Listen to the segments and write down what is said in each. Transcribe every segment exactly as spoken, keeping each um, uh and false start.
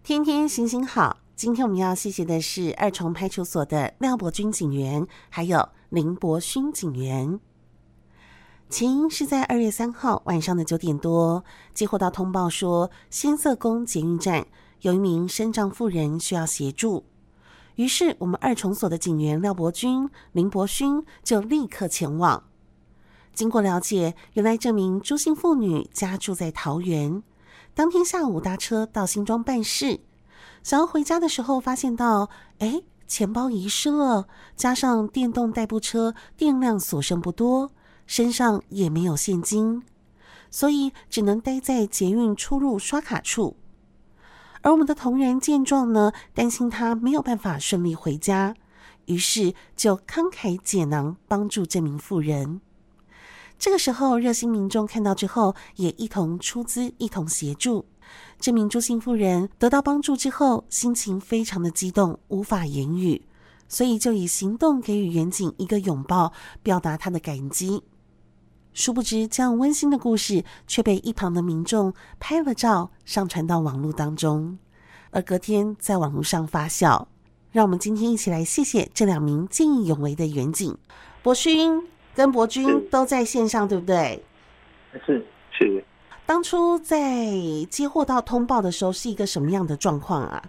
天天行行好，今天我们要谢谢的是二重派出所的廖伯君警员，还有林伯勋警员。起因是在二月三号晚上的九点多，接获到通报说仙色宫捷运站有一名身障妇人需要协助，于是我们二重所的警员廖伯君、林伯勋就立刻前往。经过了解，原来这名朱姓妇女家住在桃园，当天下午搭车到新庄办事，想要回家的时候发现到，哎，钱包遗失了，加上电动代步车电量所剩不多，身上也没有现金，所以只能待在捷运出入刷卡处。而我们的同仁见状呢，担心他没有办法顺利回家，于是就慷慨解囊帮助这名妇人。这个时候热心民众看到之后也一同出资一同协助，这名朱姓妇人得到帮助之后心情非常的激动，无法言语，所以就以行动给予员警一个拥抱，表达他的感激。殊不知这样温馨的故事却被一旁的民众拍了照上传到网络当中，而隔天在网络上发酵。让我们今天一起来谢谢这两名见义勇为的员警，伯勋跟伯君都在线上，对不对？ 是是。 当初在接获到通报的时候是一个什么样的状况啊？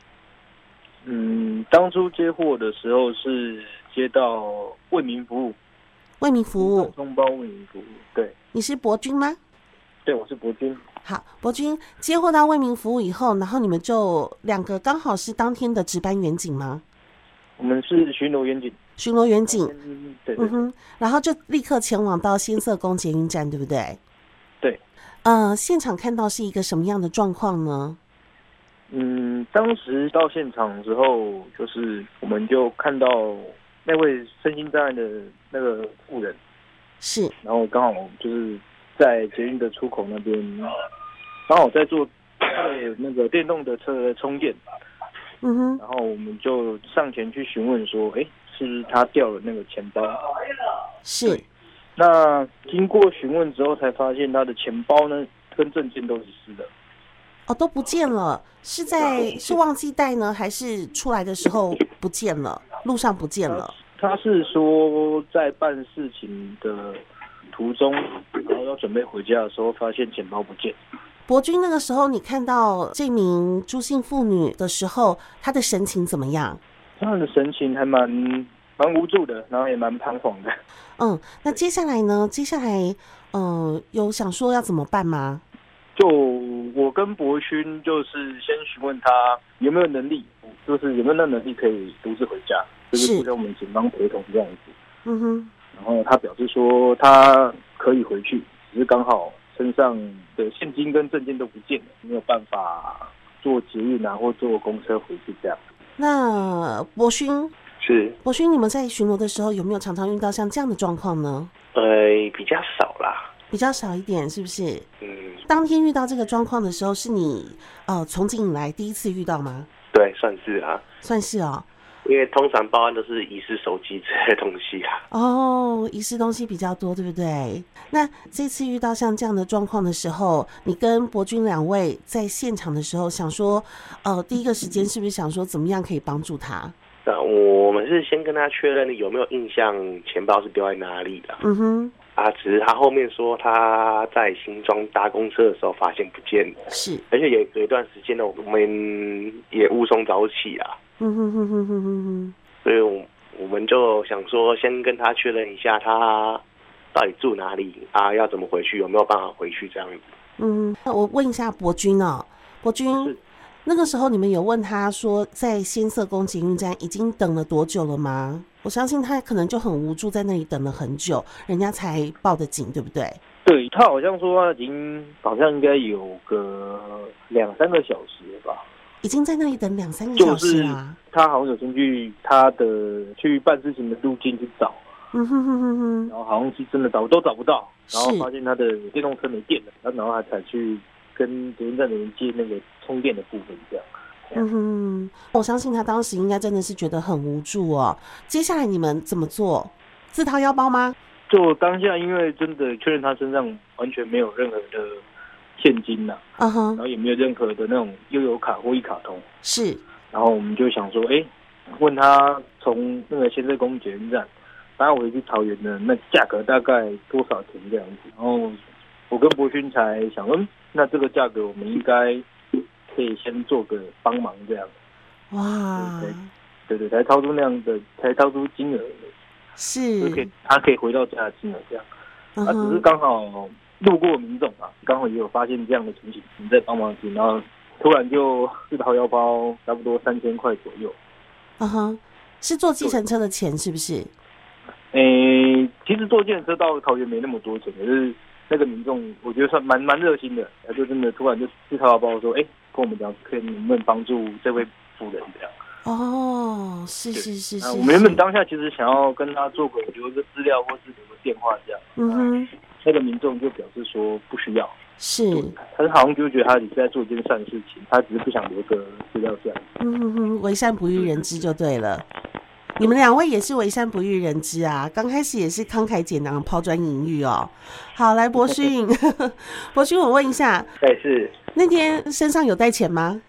嗯，当初接获的时候是接到为民服务， 为民服务， 通报为民服务。对， 你是伯君吗？ 对，我是伯君。 好，伯君接获到为民服务以后，然后你们就两个刚好是当天的值班员警吗？ 我们是巡逻员警。 巡逻员警， 嗯，对对对。 嗯哼，然后就立刻前往到仙色宫捷运站，对不对？ 对。 呃，现场看到是一个什么样的状况呢？ 嗯，当时到现场之后，就是我们就看到那位身心障碍的那个妇人， 是， 然后刚好就是在捷运的出口那边，刚好在做那个电动的车的充电。 嗯哼， 然后我们就上前去询问说，哎，是不是他掉了那个钱包？ 是。 那经过询问之后，才发现他的钱包呢跟证件都遗失的。 哦，都不见了，是在是忘记带呢，还是出来的时候不见了，路上不见了？ 他, 他是说在办事情的途中，然后要准备回家的时候，发现钱包不见。 伯君，那个时候你看到这名朱姓妇女的时候，她的神情怎么样？ 她的神情还蛮蛮无助的，然后也蛮彷徨的。 嗯，那接下来呢？接下来，嗯、呃，有想说要怎么办吗？ 就我跟伯勋就是先询问他有没有能力，就是有没有那能力可以独自回家，就是不跟我们警方陪同这样子。 嗯哼。 然后他表示说他可以回去，只是刚好身上的现金跟证件都不见了，没有办法坐捷运啊或坐公车回去这样。 那伯勋是伯勋，你们在巡逻的时候有没有常常遇到像这样的状况呢？ 呃，比较少啦， 比较少一点，是不是？ 嗯。 当天遇到这个状况的时候，是你呃从警以来第一次遇到吗？ 对，算是啊。 算是哦。 因为通常报案都是遗失手机之类的东西啊。 哦，遗失东西比较多，对不对？那这次遇到像这样的状况的时候，你跟伯君两位在现场的时候，想说，呃，第一个时间是不是想说怎么样可以帮助他？ 那我们是先跟他确认有没有印象钱包是丢在哪里的。 嗯哼。 啊，只是他后面说他在新庄搭公车的时候发现不见了。 是。 而且也隔一段时间呢，我们也无从找起啊。 嗯哼哼哼哼哼哼。 所以我我们就想说，先跟他确认一下他到底住哪里啊，要怎么回去，有没有办法回去这样子。 嗯，那我问一下伯君哦，伯君，那个时候你们有问他说在仙色宫捷运站已经等了多久了吗？我相信他可能就很无助，在那里等了很久，人家才报的警，对不对？ 对，他好像说他已经好像应该有个两三个小时了吧。 已经在那里等两三个小时啦、啊。 就是、他好像有根据他的去办事情的路径去找， 嗯哼哼哼哼， 然后好像是真的找都找不到，然后发现他的电动车没电了，然后他才去跟捷运站的人借那个充电的部分这样。 嗯哼，我相信他当时应该真的是觉得很无助哦。接下来你们怎么做？自掏腰包吗？ 就当下因为真的确认他身上完全没有任何的现金呐、 嗯哼， 然后也没有任何的那种悠游卡或一卡通。 是， 然后我们就想说，哎，问他从那个先社公捷运站搭回去桃园的那价格大概多少钱这样子。然后我跟博勋才想，嗯，那这个价格我们应该可以先做个帮忙这样。 哇， 对对，才掏出那样的，才掏出金额， 是， 可以他可以回到家的金额这样。 嗯啊，只是刚好路过民众啊，刚好也有发现这样的情形，你在帮忙时，然后突然就自掏腰包，差不多三千块左右。 嗯哼，是坐计程车的钱是不是？ 诶，其实坐计程车到桃园没那么多钱，可是那个民众我觉得算蛮蛮热心的，他就真的突然就自掏腰包说，哎，跟我们讲，可以能不能帮助这位夫人这样。 哦，是是是是， 我们原本当下其实想要跟他做个留一个资料或是留个电话这样， 嗯哼， 那个民众就表示说不需要， 是， 他好像就觉得他也是在做一件善事情，他只是不想留个资料这样。 嗯哼哼，为善不欲人知就对了。你们两位也是为善不欲人知啊，刚开始也是慷慨解囊、抛砖引玉哦。好，来博勋，博勋，我问一下， 对，是那天身上有带钱吗？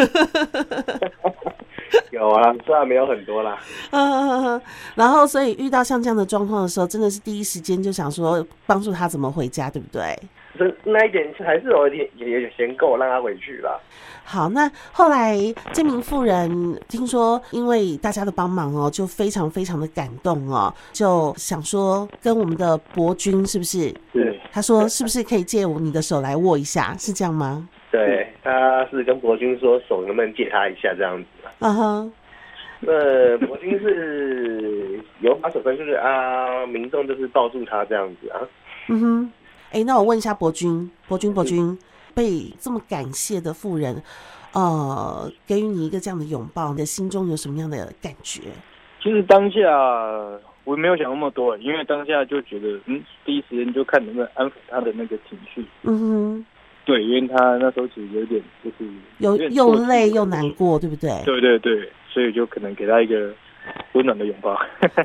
有啊，虽然没有很多啦。 嗯，然后所以遇到像这样的状况的时候，真的是第一时间就想说帮助他怎么回家，对不对？ 那一点还是有一点也有嫌够，让他回去啦。 好，那后来这名妇人听说因为大家的帮忙哦，就非常非常的感动哦，就想说跟我们的博君是不是？ 对， 他说是不是可以借你的手来握一下，是这样吗？ 对，他是跟博君说手能不能借他一下这样子。 嗯哼， 那博君是有把手伸出去啊，民众就是抱住他这样子啊。 嗯哼，哎，那我问一下博君，博君，博君。被这么感谢的妇人，呃，给予你一个这样的拥抱，你的心中有什么样的感觉？ 其实当下我没有想那么多，因为当下就觉得，嗯，第一时间就看能不能安抚他的那个情绪。 嗯哼， 对，因为他那时候其实有点就是有又累又难过，对不对？ 对对对，所以就可能给他一个温暖的拥抱。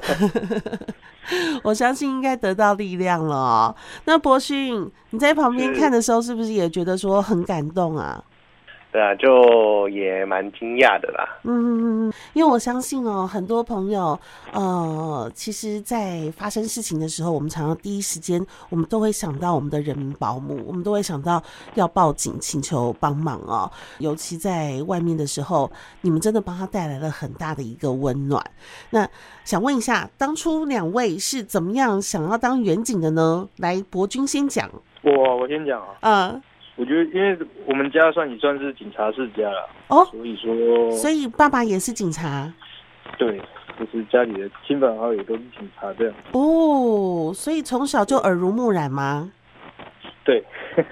我相信应该得到力量了哦。那博勋，你在旁边看的时候，是不是也觉得说很感动啊？ 对啊，就也蛮惊讶的啦。 嗯，因为我相信哦，很多朋友，呃，其实在发生事情的时候，我们常常第一时间，我们都会想到我们的人民保姆，我们都会想到要报警请求帮忙哦。尤其在外面的时候，你们真的帮他带来了很大的一个温暖。那想问一下，当初两位是怎么样想要当员警的呢？来，博君先讲。 我我先讲啊。 嗯。 我觉得，因为我们家算也算是警察世家了， 哦， 所以说， 所以爸爸也是警察， 对，就是家里的亲朋好友都是警察这样。 哦，所以从小就耳濡目染吗？ 对，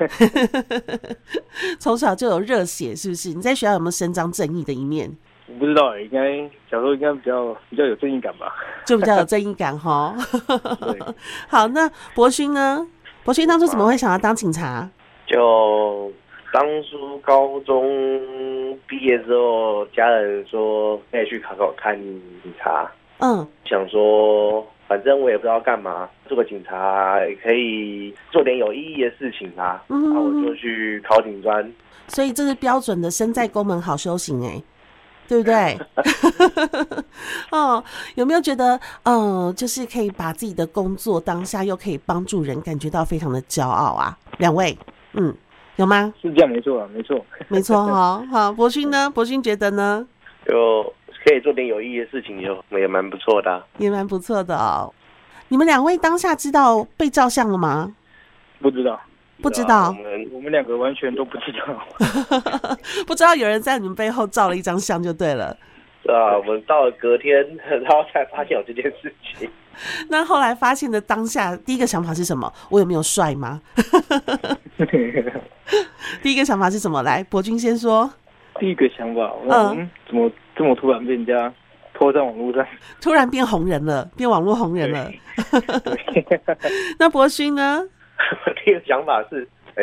从小就有热血，是不是？你在学校有没有伸张正义的一面？ 我不知道，应该小时候应该比较比较有正义感吧， 就比较有正义感哈。 对， 好，那博勋呢？博勋当初怎么会想要当警察？ 就当初高中毕业之后，家人说可以去考考看警察。 嗯， 想说反正我也不知道干嘛，做个警察也可以做点有意义的事情啊。嗯，那我就去考警专。 所以这是标准的身在宫门好修行哎、欸。对不对？哦，有没有觉得，嗯，就是可以把自己的工作当下又可以帮助人，感觉到非常的骄傲啊？两位，嗯，有吗？ 是这样，没错啊，没错， 没错哈、哦。好，博勋呢？博勋觉得呢？ 就可以做点有意义的事情，就也蛮不错的、啊， 也蛮不错的哦。你们两位当下知道被照相了吗？ 不知道。 不知道， 我们我们两个完全都不知道， 不知道有人在你们背后照了一张相就对了。 对啊，我们到了隔天，然后才发现有这件事情。 那后来发现的当下，第一个想法是什么？我有没有帅吗？第一个想法是什么？来，博君先说。 第一个想法，我想嗯，怎么这么突然被人家拖在网络上？ 突然变红人了，变网络红人了。那博勋呢？ 第一个想法是，哎、欸，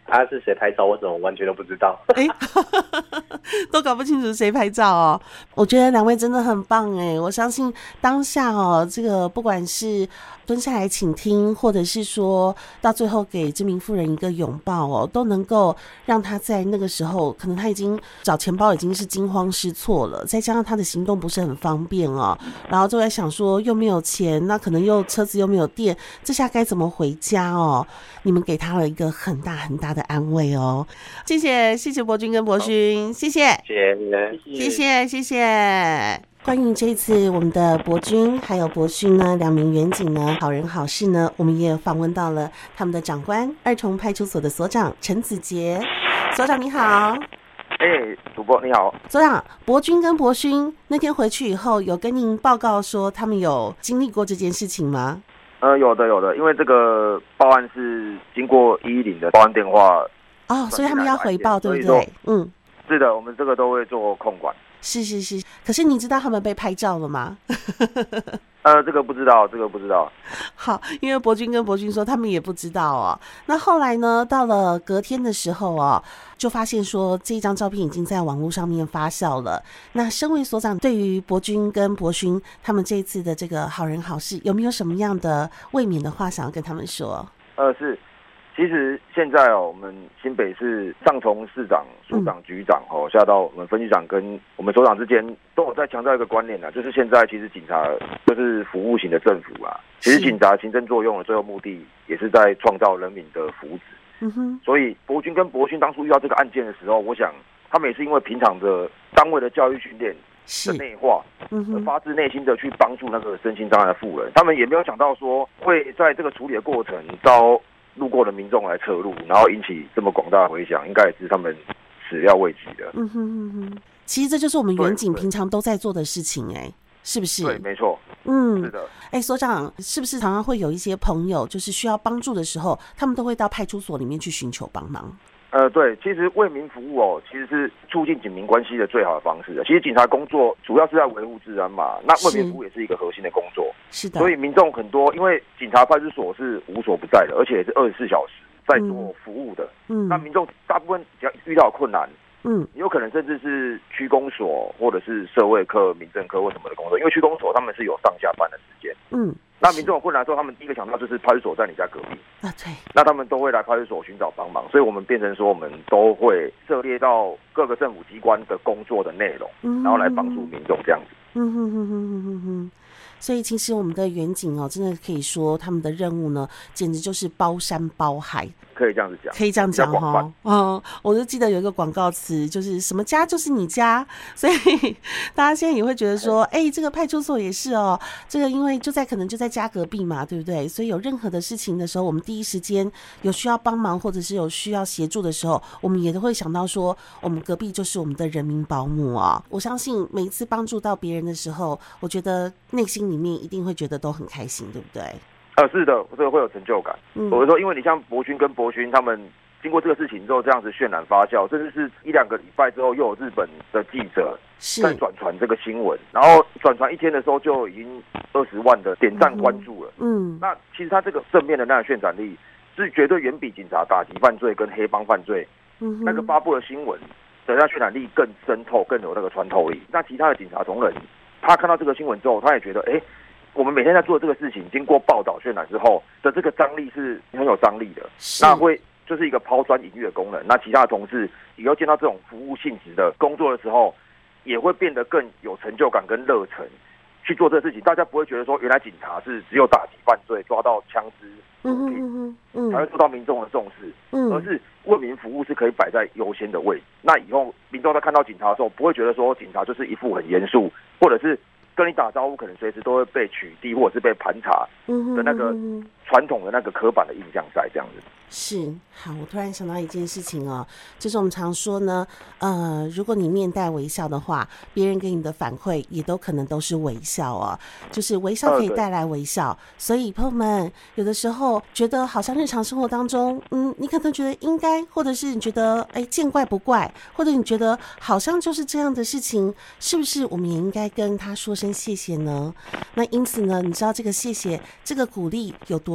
他是谁拍照，我怎么完全都不知道？ 哎、欸，都搞不清楚谁拍照哦。我觉得两位真的很棒哎，我相信当下哦，这个不管是蹲下来倾听，或者是说到最后给这名妇人一个拥抱哦，都能够让他在那个时候，可能他已经找钱包已经是惊慌失措了，再加上他的行动不是很方便哦，然后就在想说又没有钱，那可能又车子又没有电，这下该怎么回家哦？你们给他了一个很大很大的安慰哦，谢谢谢谢博君跟博勋，谢谢谢谢谢谢谢谢。关于这一次我们的博君还有博勋呢两名员警呢好人好事呢，我们也访问到了他们的长官二重派出所的所长陈子杰。所长你好。 哎、欸，主播你好。 所长，博君跟博勋那天回去以后有跟您报告说他们有经历过这件事情吗？ 呃，有的有的，因为这个报案是经过一一零的报案电话哦，所以他们要回报对不对？嗯， 是的，我们这个都会做控管。 是是是，可是你知道他们被拍照了吗？ 呃，这个不知道，这个不知道。 好，因为博君跟博君说他们也不知道哦。那后来呢，到了隔天的时候哦，就发现说这张照片已经在网络上面发酵了。那身为所长，对于博君跟博勋他们这一次的这个好人好事，有没有什么样的慰勉的话想要跟他们说？ 呃，是。其实现在哦，我们新北市上从市长、署长、局长哦，下到我们分局长跟我们首长之间，都有在强调一个观念啊，就是现在其实警察就是服务型的政府啊。其实警察行政作用的最后目的，也是在创造人民的福祉。嗯哼。所以博君跟博勋当初遇到这个案件的时候，我想他们也是因为平常的单位的教育训练的内化，而发自内心的去帮助那个身心障碍的妇人。他们也没有想到说会在这个处理的过程遭路过的民众来侧录，然后引起这么广大的回响，应该也是他们始料未及的。 嗯哼哼哼，其实这就是我们员警平常都在做的事情，哎，是不是？ 对，没错。 嗯， 是的。 哎，所长，是不是常常会有一些朋友，就是需要帮助的时候，他们都会到派出所里面去寻求帮忙？ 呃，对，其实为民服务哦，其实是促进警民关系的最好的方式。其实警察工作主要是在维护治安嘛，那为民服务也是一个核心的工作。 是的。所以民众很多，因为警察派出所是无所不在的，而且也是二十四小时在做服务的。嗯。那民众大部分只要遇到困难，嗯，有可能甚至是区公所或者是社会科、民政科或什么的工作，因为区公所他们是有上下班的时间。嗯。那民众有困难的时候，他们第一个想到就是派出所在你家隔壁啊，对。 那他们都会来派出所寻找帮忙，所以我们变成说，我们都会涉猎到各个政府机关的工作的内容，嗯、然后来帮助民众这样子。 嗯哼哼哼哼哼哼。所以其实我们的员警哦，真的可以说他们的任务呢，简直就是包山包海。 可以这样子讲， 可以这样讲哈。嗯，我就记得有一个广告词，就是什么家就是你家，所以大家现在也会觉得说，哎、欸，这个派出所也是哦，这个因为就在可能就在家隔壁嘛，对不对？所以有任何的事情的时候，我们第一时间有需要帮忙或者是有需要协助的时候，我们也都会想到说，我们隔壁就是我们的人民保姆啊。我相信每一次帮助到别人的时候，我觉得内心里面一定会觉得都很开心，对不对？ 呃，是的，这个会有成就感。嗯，我说，因为你像博勋跟博勋他们经过这个事情之后，这样子渲染发酵，甚至是一两个礼拜之后，又有日本的记者在转传这个新闻，然后转传一天的时候就已经二十万的点赞关注了。嗯，那其实他这个正面的那个渲染力是绝对远比警察打击犯罪跟黑帮犯罪、嗯、那个发布的新闻的那渲染力更深透，更有那个穿透力。那其他的警察同仁，他看到这个新闻之后，他也觉得，哎、欸。我们每天在做这个事情，经过报道渲染之后的这个张力是很有张力的，那会就是一个抛砖引玉的功能。那其他的同事以后见到这种服务性质的工作的时候，也会变得更有成就感跟热忱去做这个事情。大家不会觉得说，原来警察是只有打击犯罪、抓到枪支毒品才会受到民众的重视，嗯、而是为民服务是可以摆在优先的位置。那以后民众在看到警察的时候，不会觉得说警察就是一副很严肃，或者是跟你打招呼可能随时都会被取缔或者是被盘查的那个传统的那个刻板的印象在这样子。 是，好，我突然想到一件事情哦，就是我们常说呢，呃，如果你面带微笑的话，别人给你的反馈也都可能都是微笑哦，就是微笑可以带来微笑。所以朋友们，有的时候觉得好像日常生活当中，嗯，你可能觉得应该，或者是你觉得哎见怪不怪，或者你觉得好像就是这样的事情，是不是我们也应该跟他说声谢谢呢？那因此呢，你知道这个谢谢，这个鼓励有多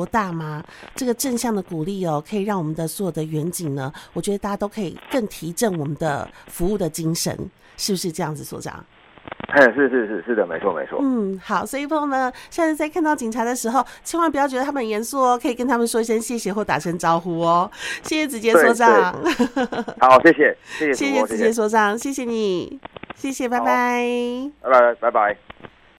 多大吗？这个正向的鼓励哦，可以让我们的所有的员警呢，我觉得大家都可以更提振我们的服务的精神，是不是这样子，所长？ 哎，是是是是的，没错没错。 嗯，好，所以凤呢，下次在看到警察的时候，千万不要觉得他们很严肃哦，可以跟他们说一声谢谢或打声招呼哦。谢谢子杰所长。 好，谢谢谢谢谢谢子杰所长，谢谢你，谢谢，拜拜， 拜拜拜拜。